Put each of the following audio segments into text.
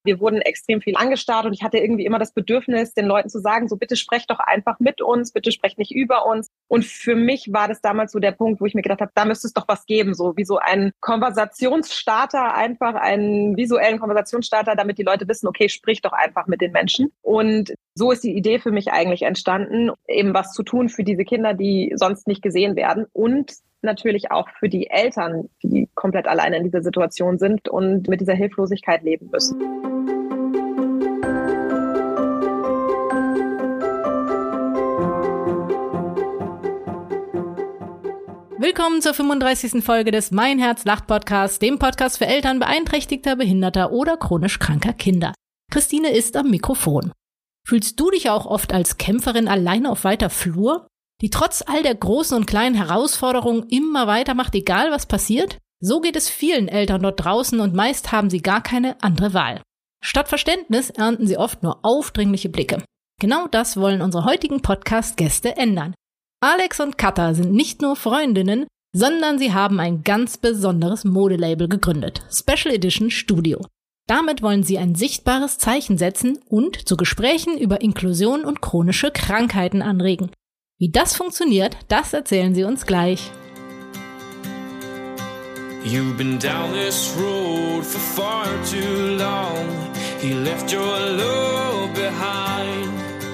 Wir wurden extrem viel angestarrt und ich hatte irgendwie immer das Bedürfnis, den Leuten zu sagen, so bitte sprecht doch einfach mit uns, bitte sprecht nicht über uns. Und für mich war das damals so der Punkt, wo ich mir gedacht habe, da müsste es doch was geben, so wie so ein Konversationsstarter, einfach einen visuellen Konversationsstarter, damit die Leute wissen, okay, sprich doch einfach mit den Menschen. Und so ist die Idee für mich eigentlich entstanden, eben was zu tun für diese Kinder, die sonst nicht gesehen werden und natürlich auch für die Eltern, die komplett alleine in dieser Situation sind und mit dieser Hilflosigkeit leben müssen. Willkommen zur 35. Folge des Mein Herz lacht Podcasts, dem Podcast für Eltern beeinträchtigter, behinderter oder chronisch kranker Kinder. Christine ist am Mikrofon. Fühlst du dich auch oft als Kämpferin alleine auf weiter Flur, die trotz all der großen und kleinen Herausforderungen immer weitermacht, egal was passiert? So geht es vielen Eltern dort draußen und meist haben sie gar keine andere Wahl. Statt Verständnis ernten sie oft nur aufdringliche Blicke. Genau das wollen unsere heutigen Podcast-Gäste ändern. Alex und Katha sind nicht nur Freundinnen, sondern sie haben ein ganz besonderes Modelabel gegründet, Special Edition Studio. Damit wollen sie ein sichtbares Zeichen setzen und zu Gesprächen über Inklusion und chronische Krankheiten anregen. Wie das funktioniert, das erzählen sie uns gleich. You've been down this road for far too long. He left your love behind.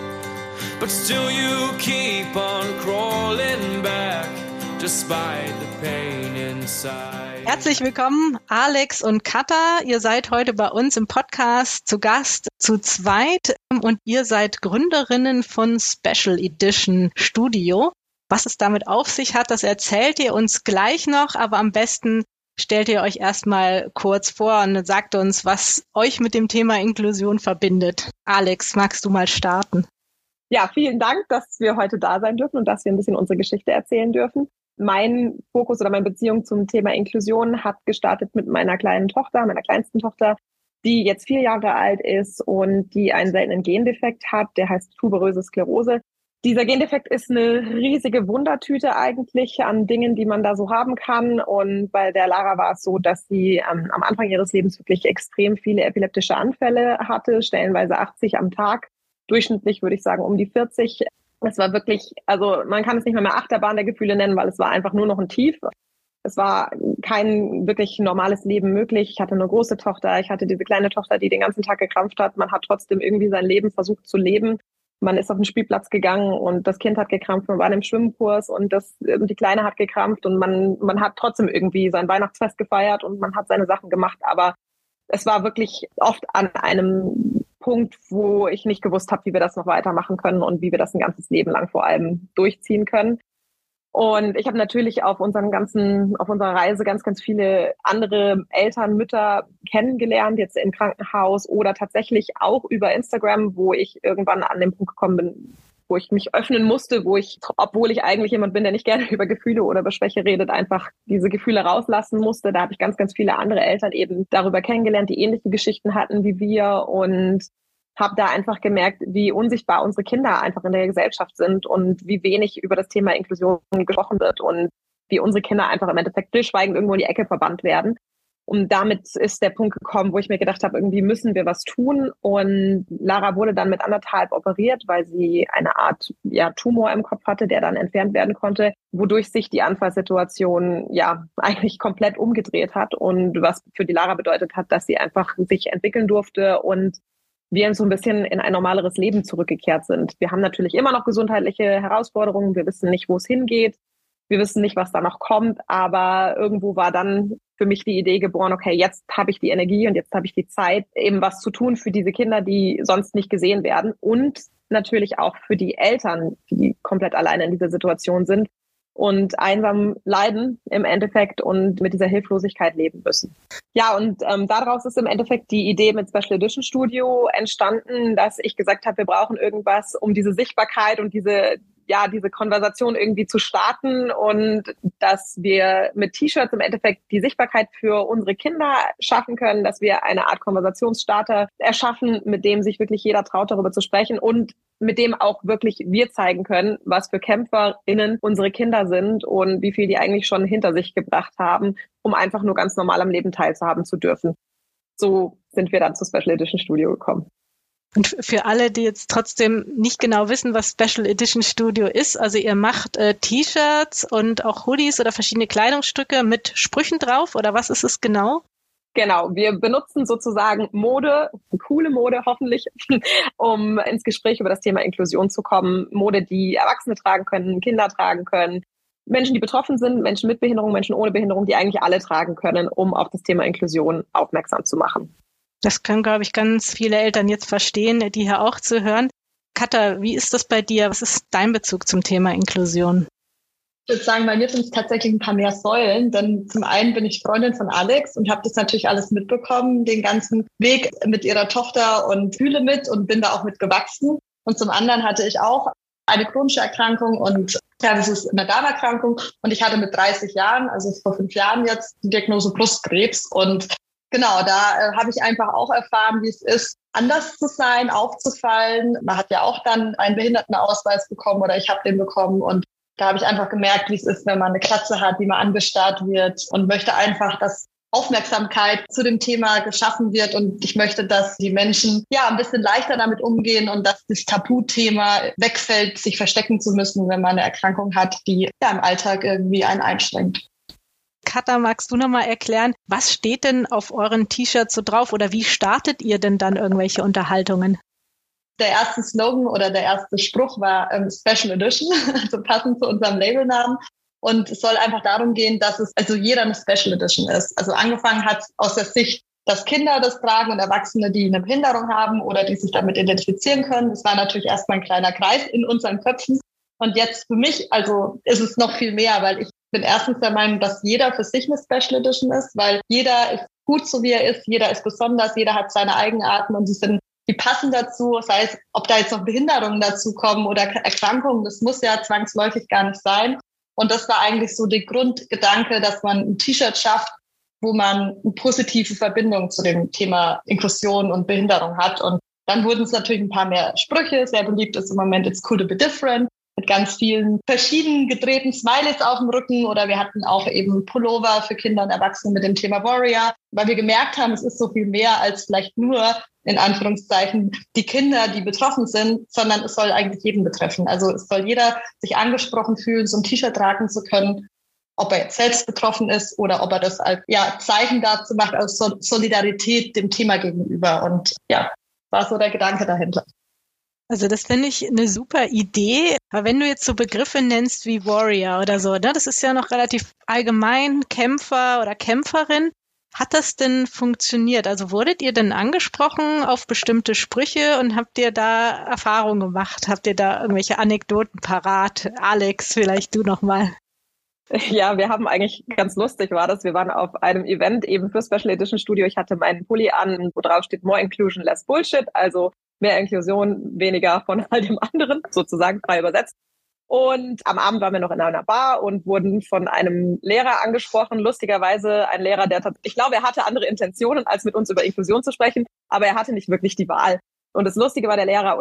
But still you keep on crawling back, despite the pain inside. Herzlich willkommen, Alex und Katha. Ihr seid heute bei uns im Podcast zu Gast zu zweit und ihr seid Gründerinnen von Special Edition Studio. Was es damit auf sich hat, das erzählt ihr uns gleich noch, aber am besten stellt ihr euch erstmal kurz vor und sagt uns, was euch mit dem Thema Inklusion verbindet. Alex, magst du mal starten? Ja, vielen Dank, dass wir heute da sein dürfen und dass wir ein bisschen unsere Geschichte erzählen dürfen. Mein Fokus oder meine Beziehung zum Thema Inklusion hat gestartet mit meiner kleinen Tochter, meiner kleinsten Tochter, die jetzt 4 Jahre alt ist und die einen seltenen Gendefekt hat, der heißt tuberöse Sklerose. Dieser Gendefekt ist eine riesige Wundertüte eigentlich an Dingen, die man da so haben kann. Und bei der Lara war es so, dass sie am Anfang ihres Lebens wirklich extrem viele epileptische Anfälle hatte, stellenweise 80 am Tag. Durchschnittlich würde ich sagen um die 40. Es war wirklich, also man kann es nicht mehr Achterbahn der Gefühle nennen, weil es war einfach nur noch ein Tief. Es war kein wirklich normales Leben möglich. Ich hatte eine große Tochter, ich hatte diese kleine Tochter, die den ganzen Tag gekrampft hat. Man hat trotzdem irgendwie sein Leben versucht zu leben. Man ist auf den Spielplatz gegangen und das Kind hat gekrampft, man war in einem Schwimmkurs und die Kleine hat gekrampft und man hat trotzdem irgendwie sein Weihnachtsfest gefeiert und man hat seine Sachen gemacht. Aber es war wirklich oft an einem Punkt, wo ich nicht gewusst habe, wie wir das noch weitermachen können und wie wir das ein ganzes Leben lang vor allem durchziehen können. Und ich habe natürlich auf unserer Reise ganz, ganz viele andere Eltern, Mütter kennengelernt, jetzt im Krankenhaus oder tatsächlich auch über Instagram, wo ich irgendwann an den Punkt gekommen bin, wo ich mich öffnen musste, obwohl ich eigentlich jemand bin, der nicht gerne über Gefühle oder über Schwäche redet, einfach diese Gefühle rauslassen musste. Da habe ich ganz, ganz viele andere Eltern eben darüber kennengelernt, die ähnliche Geschichten hatten wie wir und habe da einfach gemerkt, wie unsichtbar unsere Kinder einfach in der Gesellschaft sind und wie wenig über das Thema Inklusion gesprochen wird und wie unsere Kinder einfach im Endeffekt stillschweigend irgendwo in die Ecke verbannt werden. Und damit ist der Punkt gekommen, wo ich mir gedacht habe, irgendwie müssen wir was tun. Und Lara wurde dann mit 1,5 operiert, weil sie eine Art Tumor im Kopf hatte, der dann entfernt werden konnte, wodurch sich die Anfallssituation eigentlich komplett umgedreht hat und was für die Lara bedeutet hat, dass sie einfach sich entwickeln durfte und wir so ein bisschen in ein normaleres Leben zurückgekehrt sind. Wir haben natürlich immer noch gesundheitliche Herausforderungen. Wir wissen nicht, wo es hingeht. Wir wissen nicht, was da noch kommt. Aber irgendwo war dann für mich die Idee geboren, okay, jetzt habe ich die Energie und jetzt habe ich die Zeit, eben was zu tun für diese Kinder, die sonst nicht gesehen werden. Und natürlich auch für die Eltern, die komplett alleine in dieser Situation sind und einsam leiden im Endeffekt und mit dieser Hilflosigkeit leben müssen. Ja, und daraus ist im Endeffekt die Idee mit Special Edition Studio entstanden, dass ich gesagt habe, wir brauchen irgendwas, um diese Sichtbarkeit und diese Konversation irgendwie zu starten und dass wir mit T-Shirts im Endeffekt die Sichtbarkeit für unsere Kinder schaffen können, dass wir eine Art Konversationsstarter erschaffen, mit dem sich wirklich jeder traut, darüber zu sprechen und mit dem auch wirklich wir zeigen können, was für KämpferInnen unsere Kinder sind und wie viel die eigentlich schon hinter sich gebracht haben, um einfach nur ganz normal am Leben teilhaben zu dürfen. so sind wir dann zu Special Edition Studio gekommen. Und für alle, die jetzt trotzdem nicht genau wissen, was Special Edition Studio ist, also ihr macht T-Shirts und auch Hoodies oder verschiedene Kleidungsstücke mit Sprüchen drauf, oder was ist es genau? Genau, wir benutzen sozusagen Mode, coole Mode hoffentlich, um ins Gespräch über das Thema Inklusion zu kommen. Mode, die Erwachsene tragen können, Kinder tragen können, Menschen, die betroffen sind, Menschen mit Behinderung, Menschen ohne Behinderung, die eigentlich alle tragen können, um auf das Thema Inklusion aufmerksam zu machen. Das können, glaube ich, ganz viele Eltern jetzt verstehen, die hier auch zuhören. Katha, wie ist das bei dir? Was ist dein Bezug zum Thema Inklusion? Ich würde sagen, bei mir sind es tatsächlich ein paar mehr Säulen, denn zum einen bin ich Freundin von Alex und habe das natürlich alles mitbekommen, den ganzen Weg mit ihrer Tochter und fühle mit und bin da auch mitgewachsen. Und zum anderen hatte ich auch eine chronische Erkrankung und ja, das ist eine Darmerkrankung und ich hatte mit 30 Jahren, also vor 5 Jahren jetzt, die Diagnose Brustkrebs und genau, da habe ich einfach auch erfahren, wie es ist, anders zu sein, aufzufallen. Man hat ja auch dann einen Behindertenausweis bekommen oder ich habe den bekommen und da habe ich einfach gemerkt, wie es ist, wenn man eine Kratze hat, wie man angestarrt wird und möchte einfach, dass Aufmerksamkeit zu dem Thema geschaffen wird und ich möchte, dass die Menschen ja ein bisschen leichter damit umgehen und dass das Tabuthema wegfällt, sich verstecken zu müssen, wenn man eine Erkrankung hat, die ja im Alltag irgendwie einen einschränkt. Katha, magst du nochmal erklären, was steht denn auf euren T-Shirts so drauf oder wie startet ihr denn dann irgendwelche Unterhaltungen? Der erste Slogan oder der erste Spruch war Special Edition, also passend zu unserem Labelnamen. Und es soll einfach darum gehen, dass es also jeder eine Special Edition ist. Also angefangen hat aus der Sicht, dass Kinder das tragen und Erwachsene, die eine Behinderung haben oder die sich damit identifizieren können. Das war natürlich erstmal ein kleiner Kreis in unseren Köpfen. Und jetzt für mich, also ist es noch viel mehr, weil ich bin erstens der Meinung, dass jeder für sich eine Special Edition ist, weil jeder ist gut so wie er ist, jeder ist besonders, jeder hat seine Eigenarten und die passen dazu, sei es, ob da jetzt noch Behinderungen dazu kommen oder Erkrankungen, das muss ja zwangsläufig gar nicht sein. Und das war eigentlich so der Grundgedanke, dass man ein T-Shirt schafft, wo man eine positive Verbindung zu dem Thema Inklusion und Behinderung hat. Und dann wurden es natürlich ein paar mehr Sprüche. Sehr beliebt ist im Moment It's cool to be different, mit ganz vielen verschiedenen gedrehten Smileys auf dem Rücken. Oder wir hatten auch eben Pullover für Kinder und Erwachsene mit dem Thema Warrior, weil wir gemerkt haben, es ist so viel mehr als vielleicht nur, in Anführungszeichen, die Kinder, die betroffen sind, sondern es soll eigentlich jeden betreffen. Also es soll jeder sich angesprochen fühlen, so ein T-Shirt tragen zu können, ob er jetzt selbst betroffen ist oder ob er das als Zeichen dazu macht, aus Solidarität dem Thema gegenüber. Und ja, war so der Gedanke dahinter. Also das finde ich eine super Idee. Aber wenn du jetzt so Begriffe nennst wie Warrior oder so, ne, das ist ja noch relativ allgemein, Kämpfer oder Kämpferin. Hat das denn funktioniert? Also wurdet ihr denn angesprochen auf bestimmte Sprüche und habt ihr da Erfahrungen gemacht? Habt ihr da irgendwelche Anekdoten parat? Alex, vielleicht du nochmal. Ja, wir haben eigentlich, ganz lustig war das, wir waren auf einem Event eben für Special Edition Studio. Ich hatte meinen Pulli an, wo drauf steht More Inclusion, Less Bullshit, also mehr Inklusion, weniger von all dem anderen, sozusagen frei übersetzt. Und am Abend waren wir noch in einer Bar und wurden von einem Lehrer angesprochen. Lustigerweise ein Lehrer, ich glaube, er hatte andere Intentionen, als mit uns über Inklusion zu sprechen, aber er hatte nicht wirklich die Wahl. Und das Lustige war, der Lehrer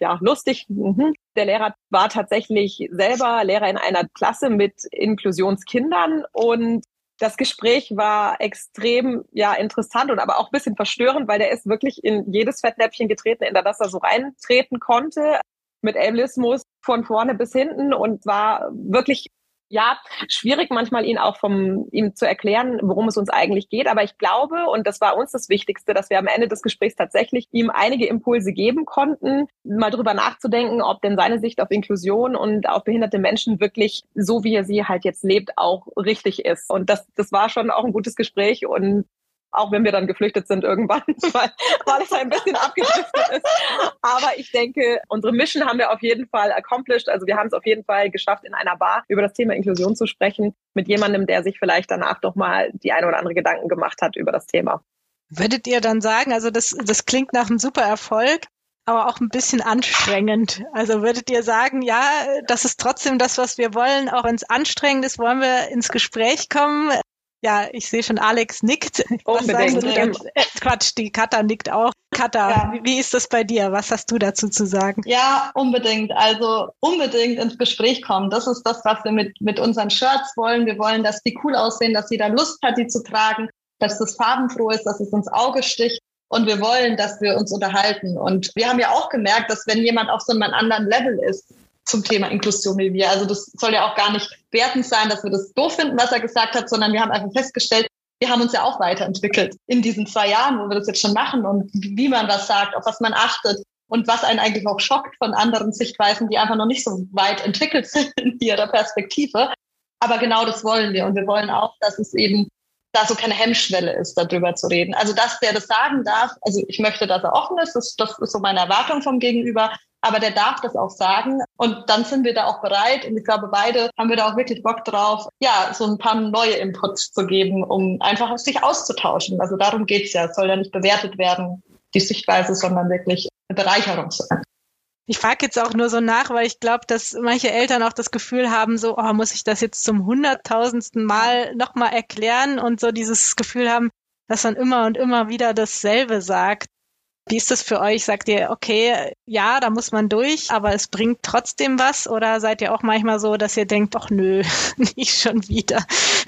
war tatsächlich selber Lehrer in einer Klasse mit Inklusionskindern und das Gespräch war extrem interessant und aber auch ein bisschen verstörend, weil der ist wirklich in jedes Fettnäpfchen getreten, in das er so reintreten konnte, mit Ableismus von vorne bis hinten und war wirklich schwierig manchmal ihm zu erklären, worum es uns eigentlich geht. Aber ich glaube, und das war uns das Wichtigste, dass wir am Ende des Gesprächs tatsächlich ihm einige Impulse geben konnten, mal drüber nachzudenken, ob denn seine Sicht auf Inklusion und auf behinderte Menschen wirklich so, wie er sie halt jetzt lebt, auch richtig ist. Und das war schon auch ein gutes Gespräch und auch wenn wir dann geflüchtet sind irgendwann, weil es ein bisschen abgedriftet ist. Aber ich denke, unsere Mission haben wir auf jeden Fall accomplished. Also wir haben es auf jeden Fall geschafft, in einer Bar über das Thema Inklusion zu sprechen, mit jemandem, der sich vielleicht danach doch mal die eine oder andere Gedanken gemacht hat über das Thema. Würdet ihr dann sagen, also das klingt nach einem super Erfolg, aber auch ein bisschen anstrengend. Also würdet ihr sagen, ja, das ist trotzdem das, was wir wollen, auch wenn es anstrengend ist, wollen wir ins Gespräch kommen? Ja, ich sehe schon, Alex nickt. Unbedingt. Die Katha nickt auch. Katha, wie ist das bei dir? Was hast du dazu zu sagen? Ja, unbedingt. Also unbedingt ins Gespräch kommen. Das ist das, was wir mit unseren Shirts wollen. Wir wollen, dass die cool aussehen, dass jeder Lust hat, die zu tragen. dass das farbenfroh ist, dass es ins Auge sticht. Und wir wollen, dass wir uns unterhalten. Und wir haben ja auch gemerkt, dass wenn jemand auf so einem anderen Level ist zum Thema Inklusion wie wir, also das soll ja auch gar nicht wertend sein, dass wir das doof finden, was er gesagt hat, sondern wir haben einfach festgestellt, wir haben uns ja auch weiterentwickelt in diesen 2 Jahren, wo wir das jetzt schon machen und wie man was sagt, auf was man achtet und was einen eigentlich auch schockt von anderen Sichtweisen, die einfach noch nicht so weit entwickelt sind in ihrer Perspektive. Aber genau das wollen wir. Und wir wollen auch, dass es eben da so keine Hemmschwelle ist, darüber zu reden. Also, dass der das sagen darf, also ich möchte, dass er offen ist, das ist so meine Erwartung vom Gegenüber, aber der darf das auch sagen und dann sind wir da auch bereit und ich glaube, beide haben wir da auch wirklich Bock drauf, ja, so ein paar neue Inputs zu geben, um einfach sich auszutauschen. Also darum geht's ja, es soll ja nicht bewertet werden, die Sichtweise, sondern wirklich eine Bereicherung sein. Ich frage jetzt auch nur so nach, weil ich glaube, dass manche Eltern auch das Gefühl haben, so, oh, muss ich das jetzt zum 100.000. Mal nochmal erklären und so dieses Gefühl haben, dass man immer und immer wieder dasselbe sagt. Wie ist das für euch? Sagt ihr, okay, ja, da muss man durch, aber es bringt trotzdem was? Oder seid ihr auch manchmal so, dass ihr denkt, ach nö, nicht schon wieder?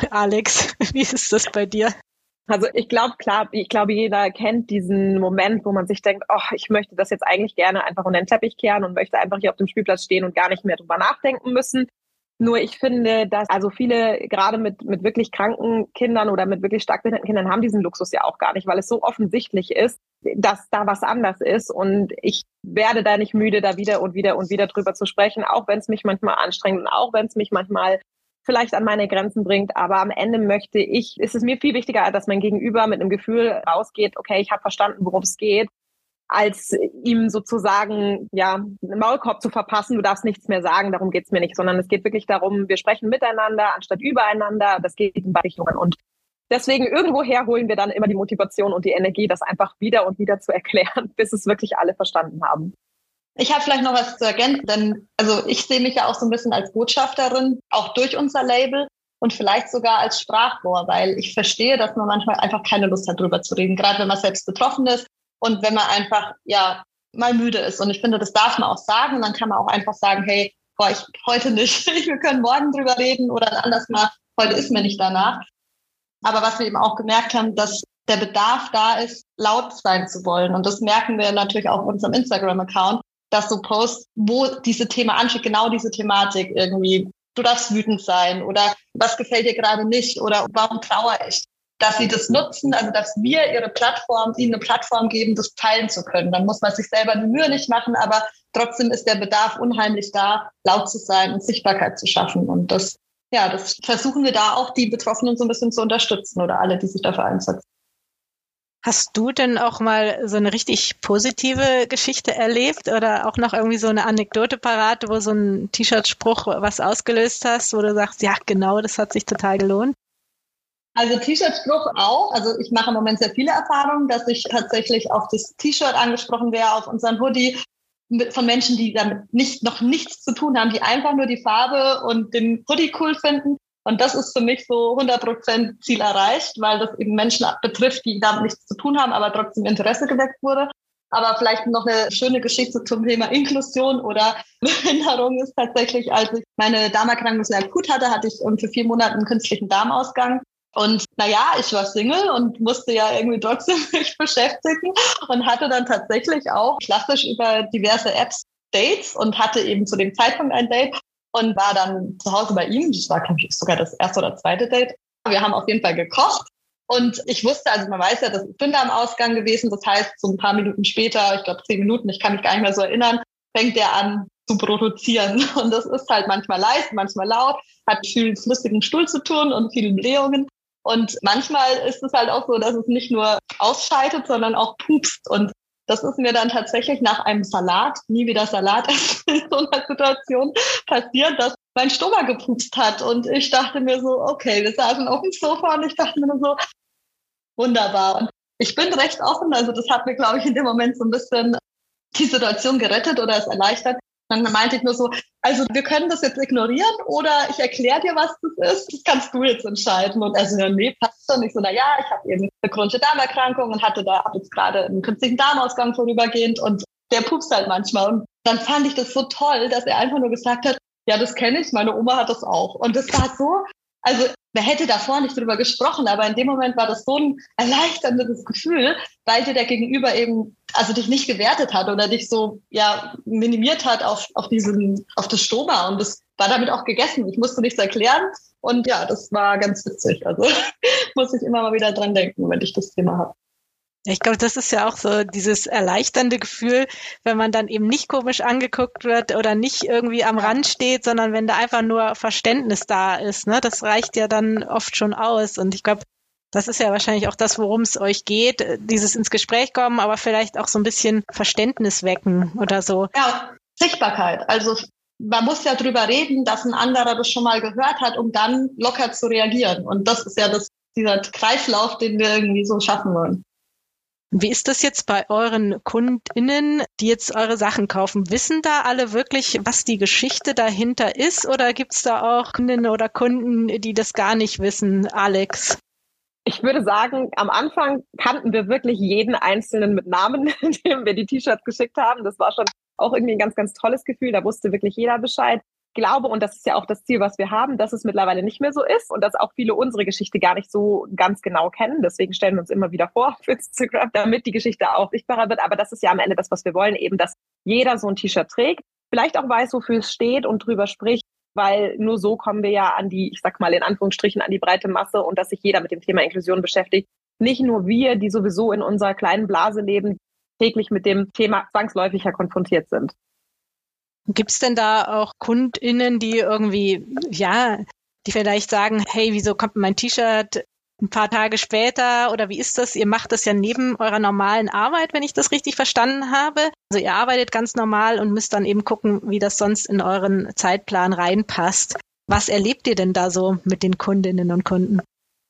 Alex, wie ist das bei dir? Also ich glaube, jeder kennt diesen Moment, wo man sich denkt, oh, ich möchte das jetzt eigentlich gerne einfach unter den Teppich kehren und möchte einfach hier auf dem Spielplatz stehen und gar nicht mehr drüber nachdenken müssen. Nur ich finde, dass also viele gerade mit wirklich kranken Kindern oder mit wirklich stark behinderten Kindern haben diesen Luxus ja auch gar nicht, weil es so offensichtlich ist, dass da was anders ist. Und ich werde da nicht müde, da wieder und wieder und wieder drüber zu sprechen, auch wenn es mich manchmal anstrengt und auch wenn es mich manchmal vielleicht an meine Grenzen bringt, aber am Ende ist es mir viel wichtiger, dass mein Gegenüber mit einem Gefühl rausgeht, okay, ich habe verstanden, worum es geht, als ihm sozusagen ja einen Maulkorb zu verpassen, du darfst nichts mehr sagen, darum geht's mir nicht, sondern es geht wirklich darum, wir sprechen miteinander anstatt übereinander, das geht in beide Richtungen und deswegen irgendwoher holen wir dann immer die Motivation und die Energie, das einfach wieder und wieder zu erklären, bis es wirklich alle verstanden haben. Ich habe vielleicht noch was zu ergänzen, denn also ich sehe mich ja auch so ein bisschen als Botschafterin, auch durch unser Label und vielleicht sogar als Sprachrohr, weil ich verstehe, dass man manchmal einfach keine Lust hat, drüber zu reden, gerade wenn man selbst betroffen ist und wenn man einfach ja mal müde ist. Und ich finde, das darf man auch sagen und dann kann man auch einfach sagen, hey, ich heute nicht, wir können morgen drüber reden oder ein anderes Mal, heute ist mir nicht danach. Aber was wir eben auch gemerkt haben, dass der Bedarf da ist, laut sein zu wollen. Und das merken wir natürlich auch auf unserem Instagram-Account, dass so Posts, wo diese Thema ansteht, genau diese Thematik irgendwie, du darfst wütend sein oder was gefällt dir gerade nicht oder warum trauere ich, dass sie das nutzen, also dass wir ihnen eine Plattform geben, das teilen zu können. Dann muss man sich selber die Mühe nicht machen, aber trotzdem ist der Bedarf unheimlich da, laut zu sein und Sichtbarkeit zu schaffen. Und das versuchen wir da auch, die Betroffenen so ein bisschen zu unterstützen oder alle, die sich dafür einsetzen. Hast du denn auch mal so eine richtig positive Geschichte erlebt oder auch noch irgendwie so eine Anekdote parat, wo so ein T-Shirt-Spruch was ausgelöst hast, wo du sagst, ja genau, das hat sich total gelohnt? Also T-Shirt-Spruch auch. Also ich mache im Moment sehr viele Erfahrungen, dass ich tatsächlich auf das T-Shirt angesprochen wäre, auf unseren Hoodie von Menschen, die damit noch nichts zu tun haben, die einfach nur die Farbe und den Hoodie cool finden. Und das ist für mich so 100% Ziel erreicht, weil das eben Menschen betrifft, die damit nichts zu tun haben, aber trotzdem Interesse geweckt wurde. Aber vielleicht noch eine schöne Geschichte zum Thema Inklusion oder Behinderung ist tatsächlich, als ich meine Darmerkrankung sehr akut hatte ich für 4 Monate einen künstlichen Darmausgang. Und ich war Single und musste ja irgendwie trotzdem mich beschäftigen und hatte dann tatsächlich auch klassisch über diverse Apps Dates und hatte eben zu dem Zeitpunkt ein Date. Und war dann zu Hause bei ihm. Das war, glaube ich, sogar das erste oder zweite Date. Wir haben auf jeden Fall gekocht. Und ich wusste, also man weiß ja, das ist Dünndarmausgang gewesen. Das heißt, so ein paar Minuten später, ich glaube 10 Minuten, ich kann mich gar nicht mehr so erinnern, fängt der an zu produzieren. Und das ist halt manchmal leise, manchmal laut, hat viel flüssigen Stuhl zu tun und viele Blähungen. Und manchmal ist es halt auch so, dass es nicht nur ausscheidet, sondern auch pupst. Und das ist mir dann tatsächlich nach einem Salat, nie wieder Salat essen, in so einer Situation passiert, dass mein Stomach gepupst hat. Und ich dachte mir so, okay, wir saßen auf dem Sofa und ich dachte mir so, wunderbar. Und ich bin recht offen, also das hat mir, glaube ich, in dem Moment so ein bisschen die Situation gerettet oder es erleichtert. Dann meinte ich nur so, also wir können das jetzt ignorieren oder ich erkläre dir, was das ist. Das kannst du jetzt entscheiden. Und er so, nee, passt schon. Ich so, ich habe eben eine chronische Darmerkrankung und habe jetzt gerade einen künstlichen Darmausgang vorübergehend und der pupst halt manchmal. Und dann fand ich das so toll, dass er einfach nur gesagt hat, ja, das kenne ich, meine Oma hat das auch. Und das war so, also wer hätte davor nicht drüber gesprochen, aber in dem Moment war das so ein erleichterndes Gefühl, weil dir der Gegenüber eben, also dich nicht gewertet hat oder dich so, ja, minimiert hat auf das Stoma, und das war damit auch gegessen. Ich musste nichts erklären und ja, das war ganz witzig. Also muss ich immer mal wieder dran denken, wenn ich das Thema habe. Ich glaube, das ist ja auch so dieses erleichternde Gefühl, wenn man dann eben nicht komisch angeguckt wird oder nicht irgendwie am Rand steht, sondern wenn da einfach nur Verständnis da ist, ne? Das reicht ja dann oft schon aus. Und ich glaube, das ist ja wahrscheinlich auch das, worum es euch geht, dieses ins Gespräch kommen, aber vielleicht auch so ein bisschen Verständnis wecken oder so. Ja, Sichtbarkeit. Also man muss ja drüber reden, dass ein anderer das schon mal gehört hat, um dann locker zu reagieren. Und das ist ja dieser Kreislauf, den wir irgendwie so schaffen wollen. Wie ist das jetzt bei euren KundInnen, die jetzt eure Sachen kaufen? Wissen da alle wirklich, was die Geschichte dahinter ist? Oder gibt es da auch Kundinnen oder Kunden, die das gar nicht wissen? Alex? Ich würde sagen, am Anfang kannten wir wirklich jeden Einzelnen mit Namen, dem wir die T-Shirts geschickt haben. Das war schon auch irgendwie ein ganz, ganz tolles Gefühl. Da wusste wirklich jeder Bescheid. Ich glaube, und das ist ja auch das Ziel, was wir haben, dass es mittlerweile nicht mehr so ist und dass auch viele unsere Geschichte gar nicht so ganz genau kennen. Deswegen stellen wir uns immer wieder vor für Instagram, damit die Geschichte auch sichtbarer wird. Aber das ist ja am Ende das, was wir wollen, eben, dass jeder so ein T-Shirt trägt, vielleicht auch weiß, wofür es steht und drüber spricht, weil nur so kommen wir ja an die, ich sag mal in Anführungsstrichen, an die breite Masse und dass sich jeder mit dem Thema Inklusion beschäftigt. Nicht nur wir, die sowieso in unserer kleinen Blase leben, täglich mit dem Thema zwangsläufig konfrontiert sind. Gibt es denn da auch KundInnen, die irgendwie, ja, die vielleicht sagen, hey, wieso kommt mein T-Shirt ein paar Tage später oder wie ist das? Ihr macht das ja neben eurer normalen Arbeit, wenn ich das richtig verstanden habe. Also ihr arbeitet ganz normal und müsst dann eben gucken, wie das sonst in euren Zeitplan reinpasst. Was erlebt ihr denn da so mit den Kundinnen und Kunden?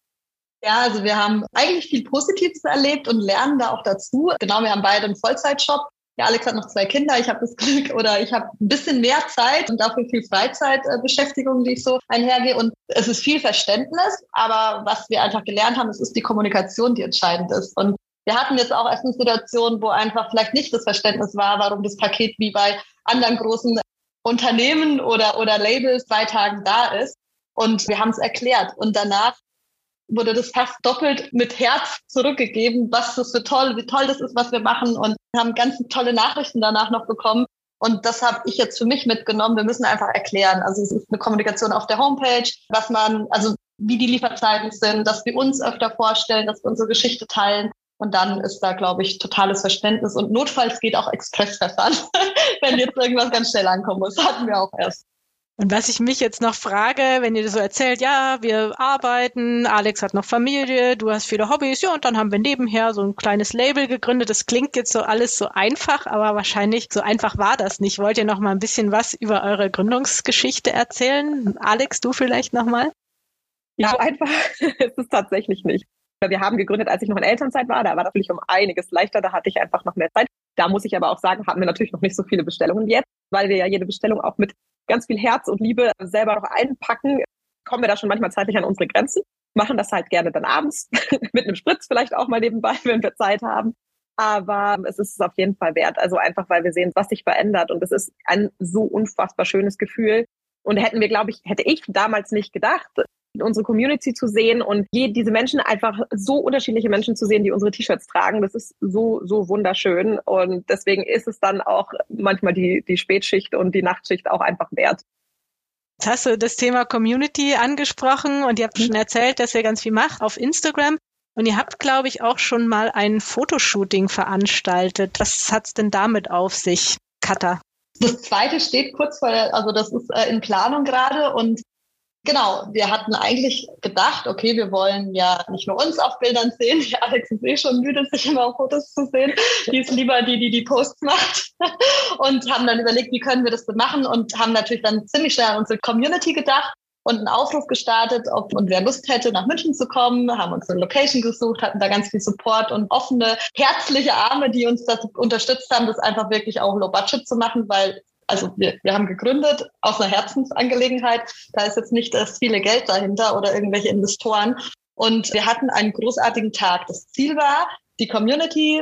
Ja, also wir haben eigentlich viel Positives erlebt und lernen da auch dazu. Genau, wir haben beide einen Vollzeitjob. Ja, Alex hat noch 2 Kinder, ich habe das Glück oder ich habe ein bisschen mehr Zeit und dafür viel Freizeitbeschäftigung, die ich so einhergehe. Und es ist viel Verständnis, aber was wir einfach gelernt haben, es ist die Kommunikation, die entscheidend ist. Und wir hatten jetzt auch erst eine Situation, wo einfach vielleicht nicht das Verständnis war, warum das Paket wie bei anderen großen Unternehmen oder Labels 2 Tagen da ist. Und wir haben es erklärt. Und danach wurde das fast doppelt mit Herz zurückgegeben, was das wie toll das ist, was wir machen, und wir haben ganz tolle Nachrichten danach noch bekommen. Und das habe ich jetzt für mich mitgenommen. Wir müssen einfach erklären. Also es ist eine Kommunikation auf der Homepage, also wie die Lieferzeiten sind, dass wir uns öfter vorstellen, dass wir unsere Geschichte teilen. Und dann ist da, glaube ich, totales Verständnis. Und notfalls geht auch Expressversand, wenn jetzt irgendwas ganz schnell ankommen muss. Das hatten wir auch erst. Und was ich mich jetzt noch frage, wenn ihr so erzählt, ja, wir arbeiten, Alex hat noch Familie, du hast viele Hobbys, ja, und dann haben wir nebenher so ein kleines Label gegründet. Das klingt jetzt so alles so einfach, aber wahrscheinlich so einfach war das nicht. Wollt ihr noch mal ein bisschen was über eure Gründungsgeschichte erzählen? Alex, du vielleicht noch mal? Ja, so einfach ist es tatsächlich nicht. Wir haben gegründet, als ich noch in Elternzeit war. Da war natürlich um einiges leichter, da hatte ich einfach noch mehr Zeit. Da muss ich aber auch sagen, haben wir natürlich noch nicht so viele Bestellungen jetzt, weil wir ja jede Bestellung auch mit ganz viel Herz und Liebe selber noch einpacken, kommen wir da schon manchmal zeitlich an unsere Grenzen, machen das halt gerne dann abends, mit einem Spritz vielleicht auch mal nebenbei, wenn wir Zeit haben. Aber es ist es auf jeden Fall wert, also einfach, weil wir sehen, was sich verändert, und es ist ein so unfassbar schönes Gefühl. Und hätte ich damals nicht gedacht, unsere Community zu sehen und diese Menschen, einfach so unterschiedliche Menschen zu sehen, die unsere T-Shirts tragen, das ist so, so wunderschön. Und deswegen ist es dann auch manchmal die Spätschicht und die Nachtschicht auch einfach wert. Jetzt hast du das Thema Community angesprochen und ihr habt schon erzählt, dass ihr ganz viel macht auf Instagram. Und ihr habt, glaube ich, auch schon mal ein Fotoshooting veranstaltet. Was hat's denn damit auf sich, Katha? Das zweite steht kurz vor also das ist in Planung gerade, und genau, wir hatten eigentlich gedacht, okay, wir wollen ja nicht nur uns auf Bildern sehen. Die Alex ist schon müde, sich immer auf Fotos zu sehen. Die ist lieber die Posts macht. Und haben dann überlegt, wie können wir das denn machen, und haben natürlich dann ziemlich schnell an unsere Community gedacht und einen Aufruf gestartet, ob und wer Lust hätte, nach München zu kommen, haben uns eine Location gesucht, hatten da ganz viel Support und offene, herzliche Arme, die uns das unterstützt haben, das einfach wirklich auch low budget zu machen, weil wir haben gegründet aus einer Herzensangelegenheit. Da ist jetzt nicht das viele Geld dahinter oder irgendwelche Investoren. Und wir hatten einen großartigen Tag. Das Ziel war, die Community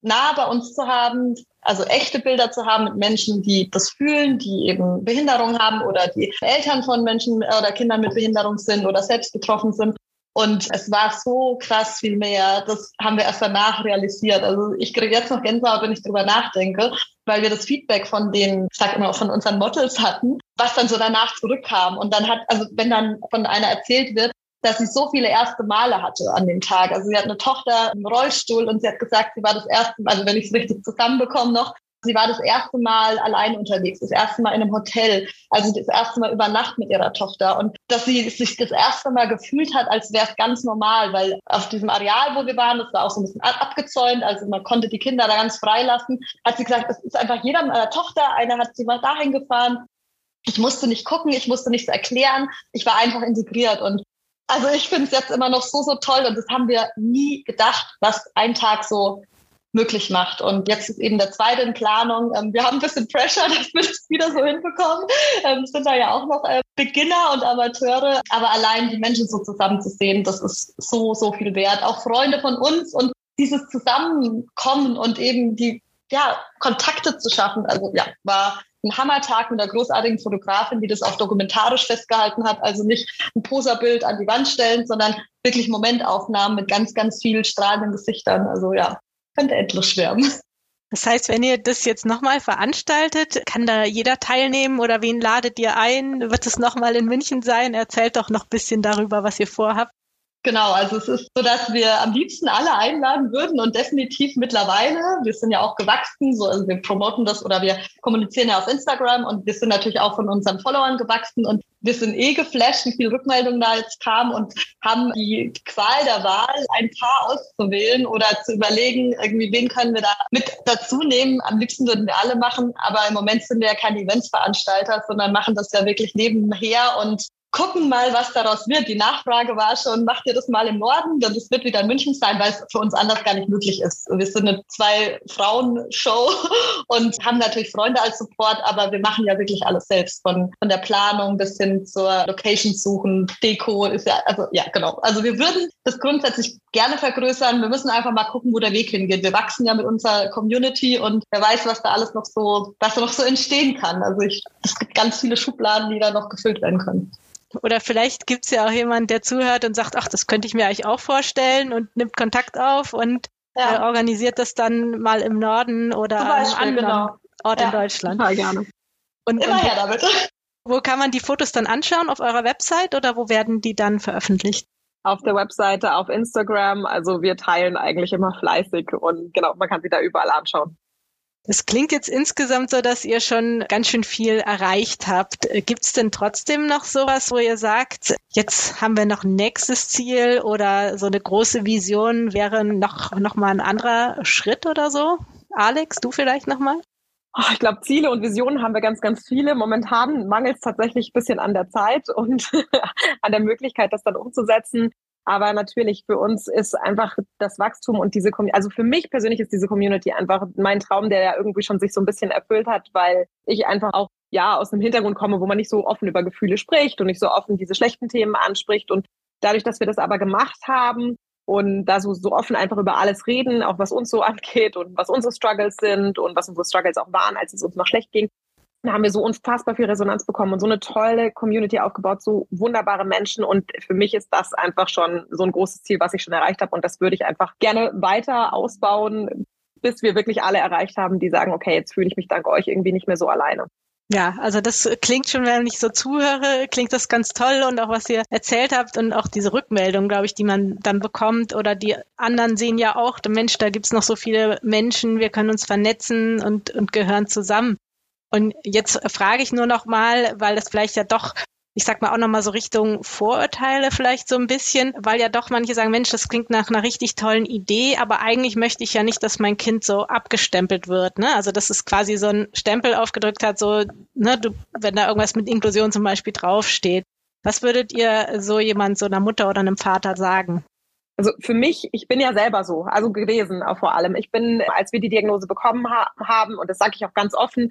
nah bei uns zu haben, also echte Bilder zu haben mit Menschen, die das fühlen, die eben Behinderung haben oder die Eltern von Menschen oder Kindern mit Behinderung sind oder selbst betroffen sind. Und es war so krass viel mehr. Das haben wir erst danach realisiert. Also ich kriege jetzt noch Gänsehaut, wenn ich drüber nachdenke, weil wir das Feedback von den, ich sag immer, von unseren Models hatten, was dann so danach zurückkam. Und dann wenn dann von einer erzählt wird, dass sie so viele erste Male hatte an dem Tag. Also sie hat eine Tochter im Rollstuhl und sie hat gesagt, sie war das erste Mal, also wenn ich es richtig zusammenbekomme noch, sie war das erste Mal allein unterwegs, das erste Mal in einem Hotel, also das erste Mal über Nacht mit ihrer Tochter und dass sie sich das erste Mal gefühlt hat, als wäre es ganz normal, weil auf diesem Areal, wo wir waren, das war auch so ein bisschen abgezäunt, also man konnte die Kinder da ganz frei lassen, hat sie gesagt, das ist einfach jeder mit einer Tochter, eine hat sie mal dahin gefahren, ich musste nicht gucken, ich musste nichts erklären, ich war einfach integriert und also ich finde es jetzt immer noch so, so toll und das haben wir nie gedacht, was ein Tag so möglich macht. Und jetzt ist eben der zweite in Planung. Wir haben ein bisschen Pressure, dass wir das wieder so hinbekommen. Sind da ja auch noch Beginner und Amateure. Aber allein die Menschen so zusammen zu sehen, das ist so, so viel wert. Auch Freunde von uns und dieses Zusammenkommen und eben die Kontakte zu schaffen. Also war ein Hammertag mit einer großartigen Fotografin, die das auch dokumentarisch festgehalten hat. Also nicht ein Poserbild an die Wand stellen, sondern wirklich Momentaufnahmen mit ganz, ganz vielen strahlenden Gesichtern. Also könnte endlos schwärmen. Das heißt, wenn ihr das jetzt nochmal veranstaltet, kann da jeder teilnehmen oder wen ladet ihr ein? Wird es nochmal in München sein? Erzählt doch noch ein bisschen darüber, was ihr vorhabt. Genau, also es ist so, dass wir am liebsten alle einladen würden und definitiv mittlerweile, wir sind ja auch gewachsen, so, also wir promoten das oder wir kommunizieren ja auf Instagram und wir sind natürlich auch von unseren Followern gewachsen und wir sind geflasht, wie viel Rückmeldungen da jetzt kamen und haben die Qual der Wahl, ein Paar auszuwählen oder zu überlegen, irgendwie wen können wir da mit dazu nehmen. Am liebsten würden wir alle machen, aber im Moment sind wir ja keine Eventsveranstalter, sondern machen das ja wirklich nebenher und gucken mal, was daraus wird. Die Nachfrage war schon, macht ihr das mal im Norden? Denn es wird wieder in München sein, weil es für uns anders gar nicht möglich ist. Wir sind eine 2-Frauen-Show und haben natürlich Freunde als Support, aber wir machen ja wirklich alles selbst. Von der Planung bis hin zur Location suchen, Deko ist genau. Also wir würden das grundsätzlich gerne vergrößern. Wir müssen einfach mal gucken, wo der Weg hingeht. Wir wachsen ja mit unserer Community und wer weiß, was da noch so entstehen kann. Also es gibt ganz viele Schubladen, die da noch gefüllt werden können. Oder vielleicht gibt's ja auch jemanden, der zuhört und sagt, ach, das könnte ich mir eigentlich auch vorstellen und nimmt Kontakt auf und organisiert das dann mal im Norden oder an einem anderen Ort in Deutschland. Total gerne. Und immer her damit. Wo kann man die Fotos dann anschauen? Auf eurer Website oder wo werden die dann veröffentlicht? Auf der Webseite, auf Instagram. Also wir teilen eigentlich immer fleißig und genau, man kann sie da überall anschauen. Es klingt jetzt insgesamt so, dass ihr schon ganz schön viel erreicht habt. Gibt's denn trotzdem noch sowas, wo ihr sagt, jetzt haben wir noch ein nächstes Ziel oder so eine große Vision wäre noch mal ein anderer Schritt oder so? Alex, du vielleicht noch mal? Ich glaube, Ziele und Visionen haben wir ganz, ganz viele. Momentan mangelt es tatsächlich ein bisschen an der Zeit und an der Möglichkeit, das dann umzusetzen. Aber natürlich für uns ist einfach das Wachstum und diese Community, also für mich persönlich ist diese Community einfach mein Traum, der ja irgendwie schon sich so ein bisschen erfüllt hat, weil ich einfach auch aus einem Hintergrund komme, wo man nicht so offen über Gefühle spricht und nicht so offen diese schlechten Themen anspricht. Und dadurch, dass wir das aber gemacht haben und da so offen einfach über alles reden, auch was uns so angeht und was unsere Struggles sind und was unsere Struggles auch waren, als es uns noch schlecht ging, da haben wir so unfassbar viel Resonanz bekommen und so eine tolle Community aufgebaut, so wunderbare Menschen. Und für mich ist das einfach schon so ein großes Ziel, was ich schon erreicht habe. Und das würde ich einfach gerne weiter ausbauen, bis wir wirklich alle erreicht haben, die sagen, okay, jetzt fühle ich mich dank euch irgendwie nicht mehr so alleine. Ja, also das klingt schon, wenn ich so zuhöre, klingt das ganz toll und auch was ihr erzählt habt und auch diese Rückmeldung, glaube ich, die man dann bekommt oder die anderen sehen ja auch, Mensch, da gibt's noch so viele Menschen, wir können uns vernetzen und gehören zusammen. Und jetzt frage ich nur noch mal, weil das vielleicht ja doch, ich sag mal auch noch mal so Richtung Vorurteile vielleicht so ein bisschen, weil ja doch manche sagen, Mensch, das klingt nach einer richtig tollen Idee, aber eigentlich möchte ich ja nicht, dass mein Kind so abgestempelt wird, ne? Also dass es quasi so ein Stempel aufgedrückt hat, so, ne, wenn da irgendwas mit Inklusion zum Beispiel draufsteht. Was würdet ihr so jemand, so einer Mutter oder einem Vater sagen? Also für mich, ich bin ja selber so, also gewesen auch vor allem. Ich bin, als wir die Diagnose bekommen haben, und das sage ich auch ganz offen,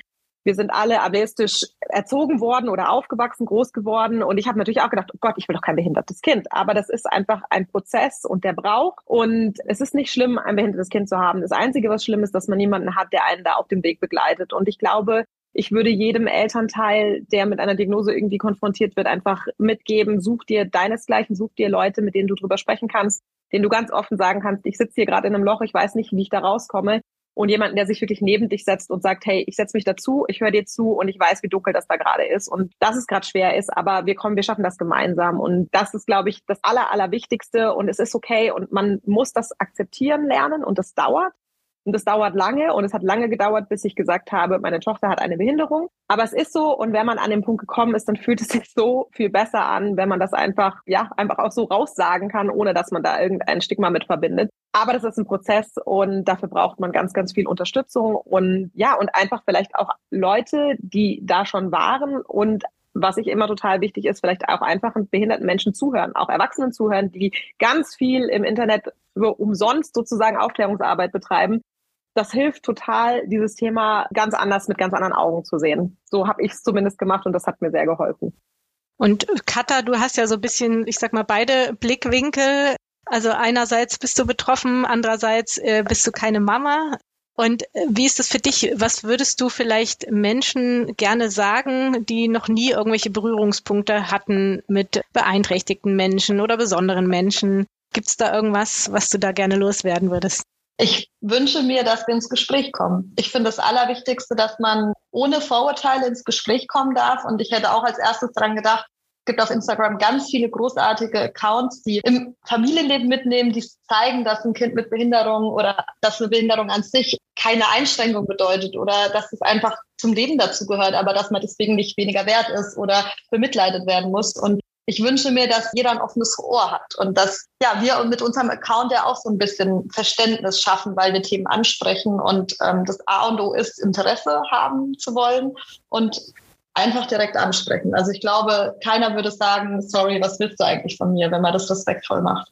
wir sind alle ableistisch erzogen worden oder aufgewachsen, groß geworden. Und ich habe natürlich auch gedacht, oh Gott, ich will doch kein behindertes Kind. Aber das ist einfach ein Prozess und der braucht. Und es ist nicht schlimm, ein behindertes Kind zu haben. Das Einzige, was schlimm ist, dass man niemanden hat, der einen da auf dem Weg begleitet. Und ich glaube, ich würde jedem Elternteil, der mit einer Diagnose irgendwie konfrontiert wird, einfach mitgeben, such dir deinesgleichen, such dir Leute, mit denen du drüber sprechen kannst, denen du ganz offen sagen kannst, ich sitze hier gerade in einem Loch, ich weiß nicht, wie ich da rauskomme. Und jemanden, der sich wirklich neben dich setzt und sagt, hey, ich setze mich dazu, ich höre dir zu und ich weiß, wie dunkel das da gerade ist und dass es gerade schwer ist, aber wir schaffen das gemeinsam. Und das ist, glaube ich, das Allerwichtigste und es ist okay und man muss das akzeptieren lernen und das dauert. Und das dauert lange und es hat lange gedauert, bis ich gesagt habe, meine Tochter hat eine Behinderung. Aber es ist so und wenn man an den Punkt gekommen ist, dann fühlt es sich so viel besser an, wenn man das einfach auch so raussagen kann, ohne dass man da irgendein Stigma mit verbindet. Aber das ist ein Prozess und dafür braucht man ganz, ganz viel Unterstützung und und einfach vielleicht auch Leute, die da schon waren und was ich immer total wichtig ist, vielleicht auch einfach behinderten Menschen zuhören, auch Erwachsenen zuhören, die ganz viel im Internet umsonst sozusagen Aufklärungsarbeit betreiben. Das hilft total, dieses Thema ganz anders mit ganz anderen Augen zu sehen. So habe ich es zumindest gemacht und das hat mir sehr geholfen. Und Katha, du hast ja so ein bisschen, ich sag mal, beide Blickwinkel. Also einerseits bist du betroffen, andererseits bist du keine Mama. Und wie ist das für dich? Was würdest du vielleicht Menschen gerne sagen, die noch nie irgendwelche Berührungspunkte hatten mit beeinträchtigten Menschen oder besonderen Menschen? Gibt es da irgendwas, was du da gerne loswerden würdest? Ich wünsche mir, dass wir ins Gespräch kommen. Ich finde das Allerwichtigste, dass man ohne Vorurteile ins Gespräch kommen darf. Und ich hätte auch als erstes dran gedacht, es gibt auf Instagram ganz viele großartige Accounts, die im Familienleben mitnehmen, die zeigen, dass ein Kind mit Behinderung oder dass eine Behinderung an sich keine Einschränkung bedeutet oder dass es einfach zum Leben dazu gehört, aber dass man deswegen nicht weniger wert ist oder bemitleidet werden muss. Und ich wünsche mir, dass jeder ein offenes Ohr hat und dass wir mit unserem Account ja auch so ein bisschen Verständnis schaffen, weil wir Themen ansprechen und das A und O ist, Interesse haben zu wollen und einfach direkt ansprechen. Also ich glaube, keiner würde sagen, sorry, was willst du eigentlich von mir, wenn man das respektvoll macht.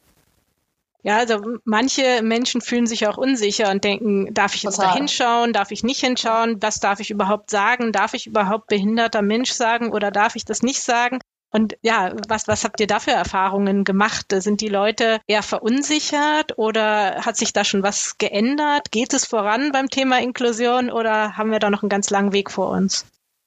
Ja, also manche Menschen fühlen sich auch unsicher und denken, darf ich jetzt da hinschauen, darf ich nicht hinschauen, was darf ich überhaupt sagen, darf ich überhaupt behinderter Mensch sagen oder darf ich das nicht sagen? Und ja, was habt ihr da für Erfahrungen gemacht? Sind die Leute eher verunsichert oder hat sich da schon was geändert? Geht es voran beim Thema Inklusion oder haben wir da noch einen ganz langen Weg vor uns?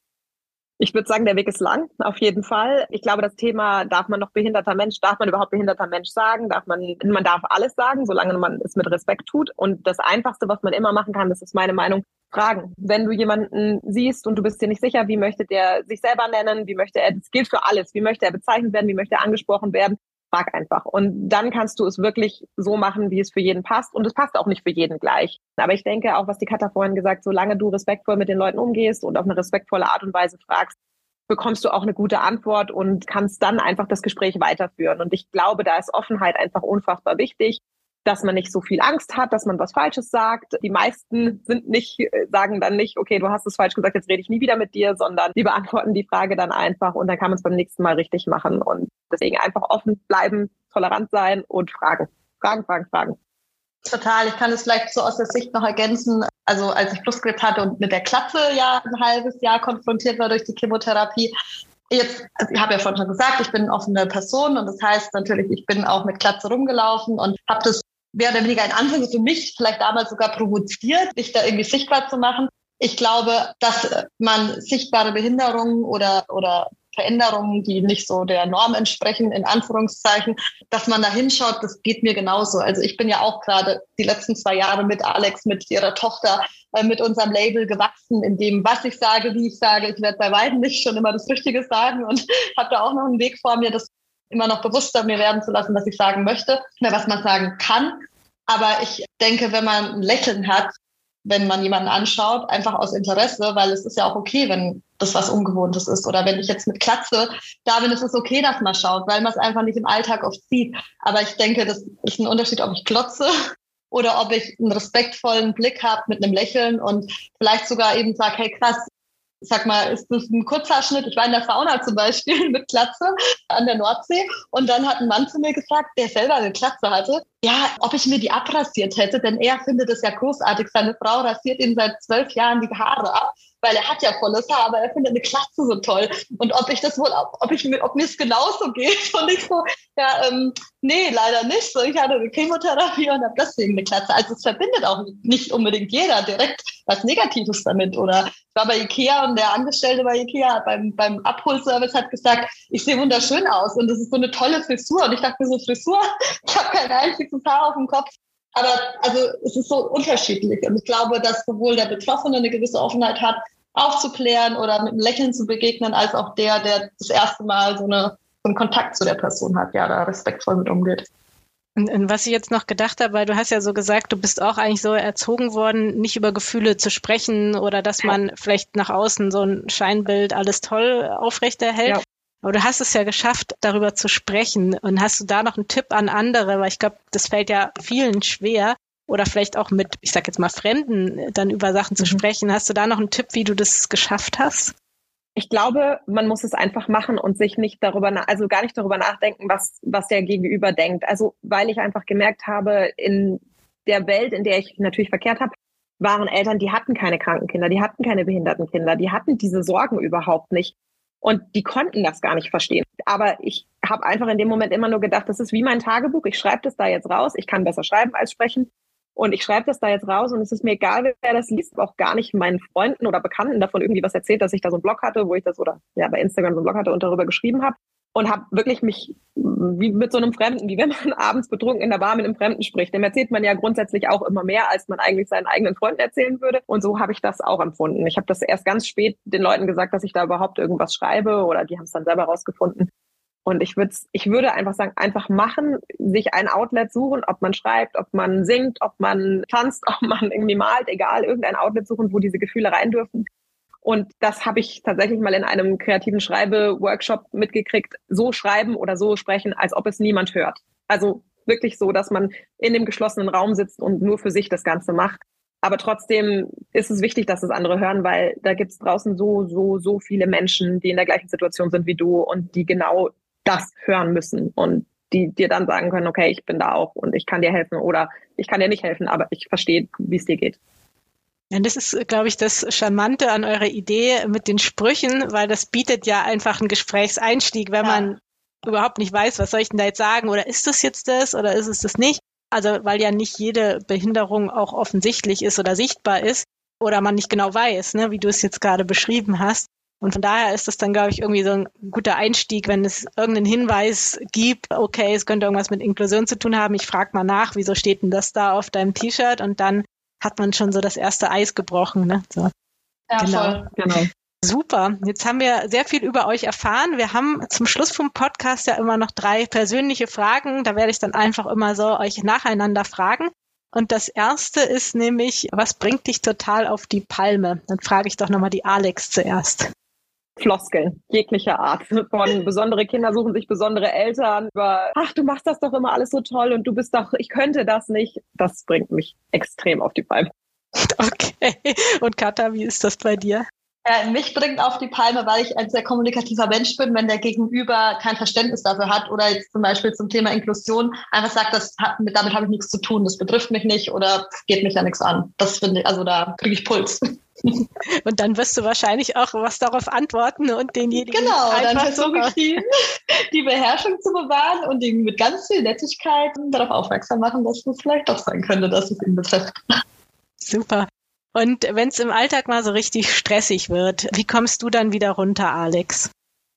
Ich würde sagen, der Weg ist lang, auf jeden Fall. Ich glaube, das Thema, darf man überhaupt behinderter Mensch sagen? Man darf alles sagen, solange man es mit Respekt tut. Und das Einfachste, was man immer machen kann, das ist meine Meinung, fragen. Wenn du jemanden siehst und du bist dir nicht sicher, wie möchte der sich selber nennen, das gilt für alles, wie möchte er bezeichnet werden, wie möchte er angesprochen werden, frag einfach. Und dann kannst du es wirklich so machen, wie es für jeden passt. Und es passt auch nicht für jeden gleich. Aber ich denke auch, was die Katha vorhin gesagt, solange du respektvoll mit den Leuten umgehst und auf eine respektvolle Art und Weise fragst, bekommst du auch eine gute Antwort und kannst dann einfach das Gespräch weiterführen. Und ich glaube, da ist Offenheit einfach unfassbar wichtig, dass man nicht so viel Angst hat, dass man was Falsches sagt. Die meisten sagen dann nicht, okay, du hast es falsch gesagt, jetzt rede ich nie wieder mit dir, sondern die beantworten die Frage dann einfach und dann kann man es beim nächsten Mal richtig machen. Und deswegen einfach offen bleiben, tolerant sein und fragen. Fragen. Total. Ich kann es vielleicht so aus der Sicht noch ergänzen. Also als ich Brustkrebs hatte und mit der Glatze ein halbes Jahr konfrontiert war durch die Chemotherapie, ich habe ja vorhin schon gesagt, ich bin eine offene Person und das heißt natürlich, ich bin auch mit Glatze rumgelaufen und habe das mehr oder weniger in Anfang für mich vielleicht damals sogar provoziert, mich da irgendwie sichtbar zu machen. Ich glaube, dass man sichtbare Behinderungen oder Veränderungen, die nicht so der Norm entsprechen, in Anführungszeichen, dass man da hinschaut, das geht mir genauso. Also ich bin ja auch gerade die letzten 2 Jahre mit Alex, mit ihrer Tochter, mit unserem Label gewachsen, in dem, was ich sage, wie ich sage. Ich werde bei weitem nicht schon immer das Richtige sagen und habe da auch noch einen Weg vor mir, das immer noch bewusster mir werden zu lassen, was ich sagen möchte, was man sagen kann. Aber ich denke, wenn man ein Lächeln hat, wenn man jemanden anschaut, einfach aus Interesse, weil es ist ja auch okay, wenn das was Ungewohntes ist. Oder wenn ich jetzt mit Glatze da bin, ist es okay, dass man schaut, weil man es einfach nicht im Alltag oft sieht. Aber ich denke, das ist ein Unterschied, ob ich glotze oder ob ich einen respektvollen Blick habe mit einem Lächeln und vielleicht sogar eben sage, hey krass, sag mal, ist das ein Kurzhaarschnitt? Ich war in der Sauna zum Beispiel mit Glatze an der Nordsee und dann hat ein Mann zu mir gesagt, der selber eine Glatze hatte, ja, ob ich mir die abrasiert hätte, denn er findet es ja großartig. Seine Frau rasiert ihm seit 12 Jahren die Haare ab, weil er hat ja volles Haar, aber er findet eine Glatze so toll. Und ob mir es genauso geht. Und ich so, nee, leider nicht. So, ich hatte eine Chemotherapie und habe deswegen eine Glatze. Also es verbindet auch nicht unbedingt jeder direkt was Negatives damit. Oder ich war bei Ikea und der Angestellte bei Ikea beim Abholservice hat gesagt, ich sehe wunderschön aus und das ist so eine tolle Frisur. Und ich dachte mir so, Frisur? Ich habe kein einziges Haar auf dem Kopf. Aber also es ist so unterschiedlich. Und ich glaube, dass sowohl der Betroffene eine gewisse Offenheit hat, aufzuklären oder mit einem Lächeln zu begegnen, als auch der das erste Mal so einen Kontakt zu der Person hat, ja, da respektvoll mit umgeht. Und was ich jetzt noch gedacht habe, weil du hast ja so gesagt, du bist auch eigentlich so erzogen worden, nicht über Gefühle zu sprechen oder dass man vielleicht nach außen so ein Scheinbild alles toll aufrechterhält. Ja. Aber du hast es ja geschafft, darüber zu sprechen. Und hast du da noch einen Tipp an andere? Weil ich glaube, das fällt ja vielen schwer. Oder vielleicht auch mit, ich sag jetzt mal, Fremden dann über Sachen zu sprechen. Hast du da noch einen Tipp, wie du das geschafft hast? Ich glaube, man muss es einfach machen und sich nicht gar nicht darüber nachdenken, was der Gegenüber denkt. Also, weil ich einfach gemerkt habe, in der Welt, in der ich natürlich verkehrt habe, waren Eltern, die hatten keine kranken Kinder, die hatten keine behinderten Kinder, die hatten diese Sorgen überhaupt nicht. Und die konnten das gar nicht verstehen. Aber ich habe einfach in dem Moment immer nur gedacht, das ist wie mein Tagebuch, ich schreibe das da jetzt raus, ich kann besser schreiben als sprechen. Und ich schreibe das da jetzt raus und es ist mir egal, wer das liest, auch gar nicht meinen Freunden oder Bekannten davon irgendwie was erzählt, dass ich da so einen Blog hatte, bei Instagram so einen Blog hatte und darüber geschrieben habe. Und habe wirklich mich wie mit so einem Fremden, wie wenn man abends betrunken in der Bar mit einem Fremden spricht. Dem erzählt man ja grundsätzlich auch immer mehr, als man eigentlich seinen eigenen Freunden erzählen würde. Und so habe ich das auch empfunden. Ich habe das erst ganz spät den Leuten gesagt, dass ich da überhaupt irgendwas schreibe oder die haben es dann selber rausgefunden. Und ich würde einfach sagen, einfach machen, sich ein Outlet suchen, ob man schreibt, ob man singt, ob man tanzt, ob man irgendwie malt, egal, irgendein Outlet suchen, wo diese Gefühle rein dürfen. Und das habe ich tatsächlich mal in einem kreativen Schreibe-Workshop mitgekriegt, so schreiben oder so sprechen, als ob es niemand hört. Also wirklich so, dass man in dem geschlossenen Raum sitzt und nur für sich das Ganze macht. Aber trotzdem ist es wichtig, dass es andere hören, weil da gibt es draußen so viele Menschen, die in der gleichen Situation sind wie du und die genau das hören müssen und die dir dann sagen können, okay, ich bin da auch und ich kann dir helfen oder ich kann dir nicht helfen, aber ich verstehe, wie es dir geht. Ja, das ist, glaube ich, das Charmante an eurer Idee mit den Sprüchen, weil das bietet ja einfach einen Gesprächseinstieg, wenn man überhaupt nicht weiß, was soll ich denn da jetzt sagen oder ist das jetzt das oder ist es das nicht? Also weil ja nicht jede Behinderung auch offensichtlich ist oder sichtbar ist oder man nicht genau weiß, ne, wie du es jetzt gerade beschrieben hast. Und von daher ist das dann, glaube ich, irgendwie so ein guter Einstieg, wenn es irgendeinen Hinweis gibt, okay, es könnte irgendwas mit Inklusion zu tun haben. Ich frage mal nach, wieso steht denn das da auf deinem T-Shirt? Und dann hat man schon so das erste Eis gebrochen. Ne? So. Ja, voll. Genau. Super. Jetzt haben wir sehr viel über euch erfahren. Wir haben zum Schluss vom Podcast ja immer noch 3 persönliche Fragen. Da werde ich dann einfach immer so euch nacheinander fragen. Und das erste ist nämlich, was bringt dich total auf die Palme? Dann frage ich doch nochmal die Alex zuerst. Floskeln, jeglicher Art. Von besondere Kinder suchen sich besondere Eltern über, ach, du machst das doch immer alles so toll und du bist doch, ich könnte das nicht. Das bringt mich extrem auf die Palme. Okay. Und Katha, wie ist das bei dir? Mich bringt auf die Palme, weil ich ein sehr kommunikativer Mensch bin, wenn der Gegenüber kein Verständnis dafür hat oder jetzt zum Beispiel zum Thema Inklusion einfach sagt, damit habe ich nichts zu tun, das betrifft mich nicht oder geht mich ja nichts an. Das finde ich, also da kriege ich Puls. Und dann wirst du wahrscheinlich auch was darauf antworten und denjenigen dann versuche ich die Beherrschung zu bewahren und ihn mit ganz viel Nettigkeit darauf aufmerksam machen, dass es vielleicht doch sein könnte, dass es ihn betrifft. Super. Und wenn es im Alltag mal so richtig stressig wird, wie kommst du dann wieder runter, Alex?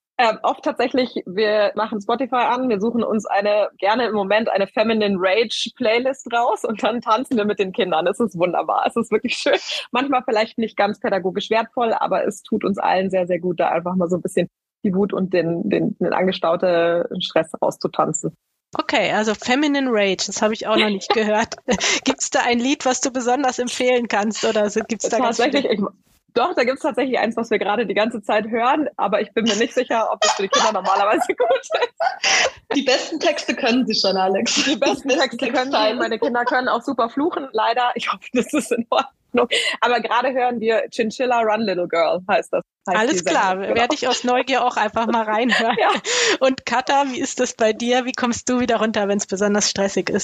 Oft tatsächlich, wir machen Spotify an, wir suchen uns gerne im Moment eine Feminine Rage Playlist raus und dann tanzen wir mit den Kindern. Es ist wunderbar, es ist wirklich schön. Manchmal vielleicht nicht ganz pädagogisch wertvoll, aber es tut uns allen sehr, sehr gut, da einfach mal so ein bisschen die Wut und den angestauten Stress rauszutanzen. Okay, also Feminine Rage, das habe ich auch noch nicht gehört. Gibt es da ein Lied, was du besonders empfehlen kannst? Oder gibt es da tatsächlich? Doch, da gibt es tatsächlich eins, was wir gerade die ganze Zeit hören, aber ich bin mir nicht sicher, ob das für die Kinder normalerweise gut ist. Die besten Texte können sie schon, Alex. Die besten Texte können sie. Meine Kinder können auch super fluchen, leider. Ich hoffe, das ist in Ordnung. Aber gerade hören wir Chinchilla Run Little Girl, heißt das. Alles klar, genau. Werde ich aus Neugier auch einfach mal reinhören. Ja. Und Katha, wie ist das bei dir? Wie kommst du wieder runter, wenn es besonders stressig ist?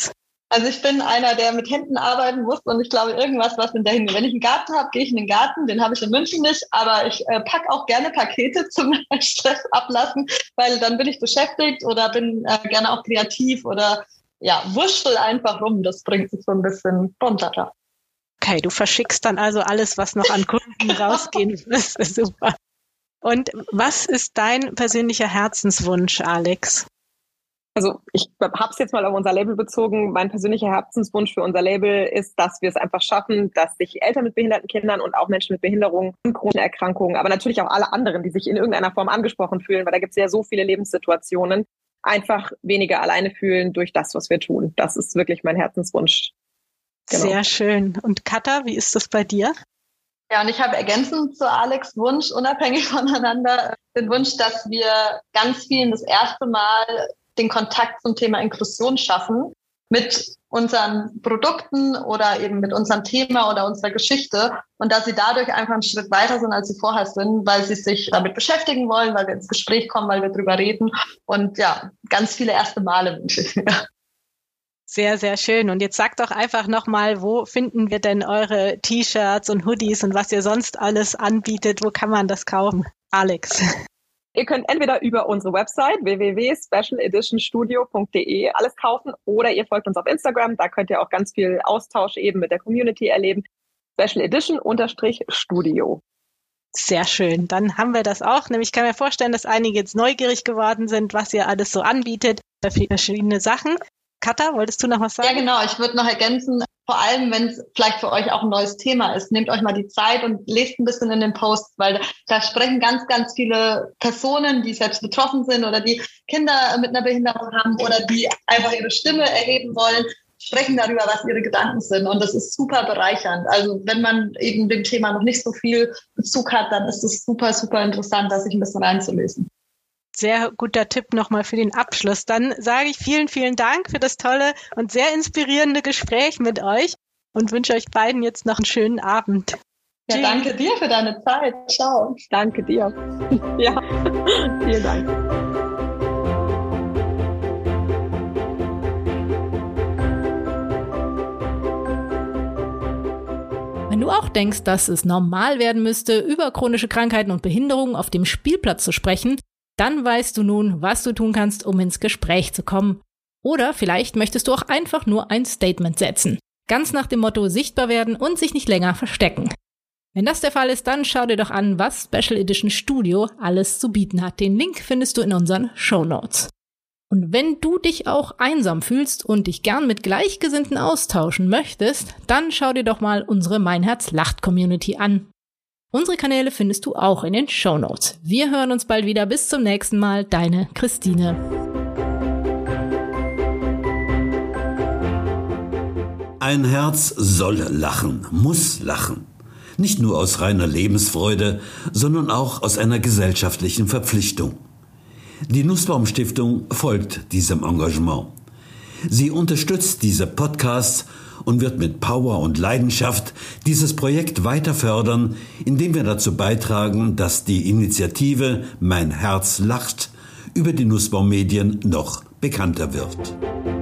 Also ich bin einer, der mit Händen arbeiten muss und ich glaube irgendwas, was in der Hinsicht. Wenn ich einen Garten habe, gehe ich in den Garten, den habe ich in München nicht, aber ich packe auch gerne Pakete zum Stress ablassen, weil dann bin ich beschäftigt oder bin gerne auch kreativ oder ja, wurschtel einfach rum. Das bringt sich so ein bisschen runter. Okay, du verschickst dann also alles, was noch an Kunden rausgehen muss. Super. Und was ist dein persönlicher Herzenswunsch, Alex? Also ich habe es jetzt mal auf unser Label bezogen. Mein persönlicher Herzenswunsch für unser Label ist, dass wir es einfach schaffen, dass sich Eltern mit behinderten Kindern und auch Menschen mit Behinderungen und Chronerkrankungen, aber natürlich auch alle anderen, die sich in irgendeiner Form angesprochen fühlen, weil da gibt es ja so viele Lebenssituationen, einfach weniger alleine fühlen durch das, was wir tun. Das ist wirklich mein Herzenswunsch. Genau. Sehr schön. Und Katha, wie ist das bei dir? Ja, und ich habe ergänzend zu Alex' Wunsch, unabhängig voneinander, den Wunsch, dass wir ganz vielen das erste Mal den Kontakt zum Thema Inklusion schaffen mit unseren Produkten oder eben mit unserem Thema oder unserer Geschichte und dass sie dadurch einfach einen Schritt weiter sind, als sie vorher sind, weil sie sich damit beschäftigen wollen, weil wir ins Gespräch kommen, weil wir drüber reden und ja, ganz viele erste Male wünsche ich mir. Sehr, sehr schön. Und jetzt sagt doch einfach nochmal, wo finden wir denn eure T-Shirts und Hoodies und was ihr sonst alles anbietet? Wo kann man das kaufen? Alex. Ihr könnt entweder über unsere Website www.specialeditionstudio.de alles kaufen oder ihr folgt uns auf Instagram. Da könnt ihr auch ganz viel Austausch eben mit der Community erleben. Special Edition_Studio. Sehr schön. Dann haben wir das auch. Nämlich kann mir vorstellen, dass einige jetzt neugierig geworden sind, was ihr alles so anbietet. Verschiedene Sachen. Katha, wolltest du noch was sagen? Ja, genau. Ich würde noch ergänzen, vor allem, wenn es vielleicht für euch auch ein neues Thema ist, nehmt euch mal die Zeit und lest ein bisschen in den Posts, weil da sprechen ganz, ganz viele Personen, die selbst betroffen sind oder die Kinder mit einer Behinderung haben oder die einfach ihre Stimme erheben wollen, sprechen darüber, was ihre Gedanken sind. Und das ist super bereichernd. Also wenn man eben dem Thema noch nicht so viel Bezug hat, dann ist es super, super interessant, da sich ein bisschen reinzulesen. Sehr guter Tipp nochmal für den Abschluss. Dann sage ich vielen, vielen Dank für das tolle und sehr inspirierende Gespräch mit euch und wünsche euch beiden jetzt noch einen schönen Abend. Ja, danke dir für deine Zeit. Ciao. Danke dir. Ja, vielen Dank. Wenn du auch denkst, dass es normal werden müsste, über chronische Krankheiten und Behinderungen auf dem Spielplatz zu sprechen, dann weißt du nun, was du tun kannst, um ins Gespräch zu kommen. Oder vielleicht möchtest du auch einfach nur ein Statement setzen. Ganz nach dem Motto sichtbar werden und sich nicht länger verstecken. Wenn das der Fall ist, dann schau dir doch an, was Special Edition Studio alles zu bieten hat. Den Link findest du in unseren Shownotes. Und wenn du dich auch einsam fühlst und dich gern mit Gleichgesinnten austauschen möchtest, dann schau dir doch mal unsere Mein Herz lacht Community an. Unsere Kanäle findest du auch in den Shownotes. Wir hören uns bald wieder. Bis zum nächsten Mal. Deine Christine. Ein Herz soll lachen, muss lachen. Nicht nur aus reiner Lebensfreude, sondern auch aus einer gesellschaftlichen Verpflichtung. Die Nussbaum Stiftung folgt diesem Engagement. Sie unterstützt diese Podcasts und wird mit Power und Leidenschaft dieses Projekt weiter fördern, indem wir dazu beitragen, dass die Initiative Mein Herz lacht über die Nussbaum Medien noch bekannter wird.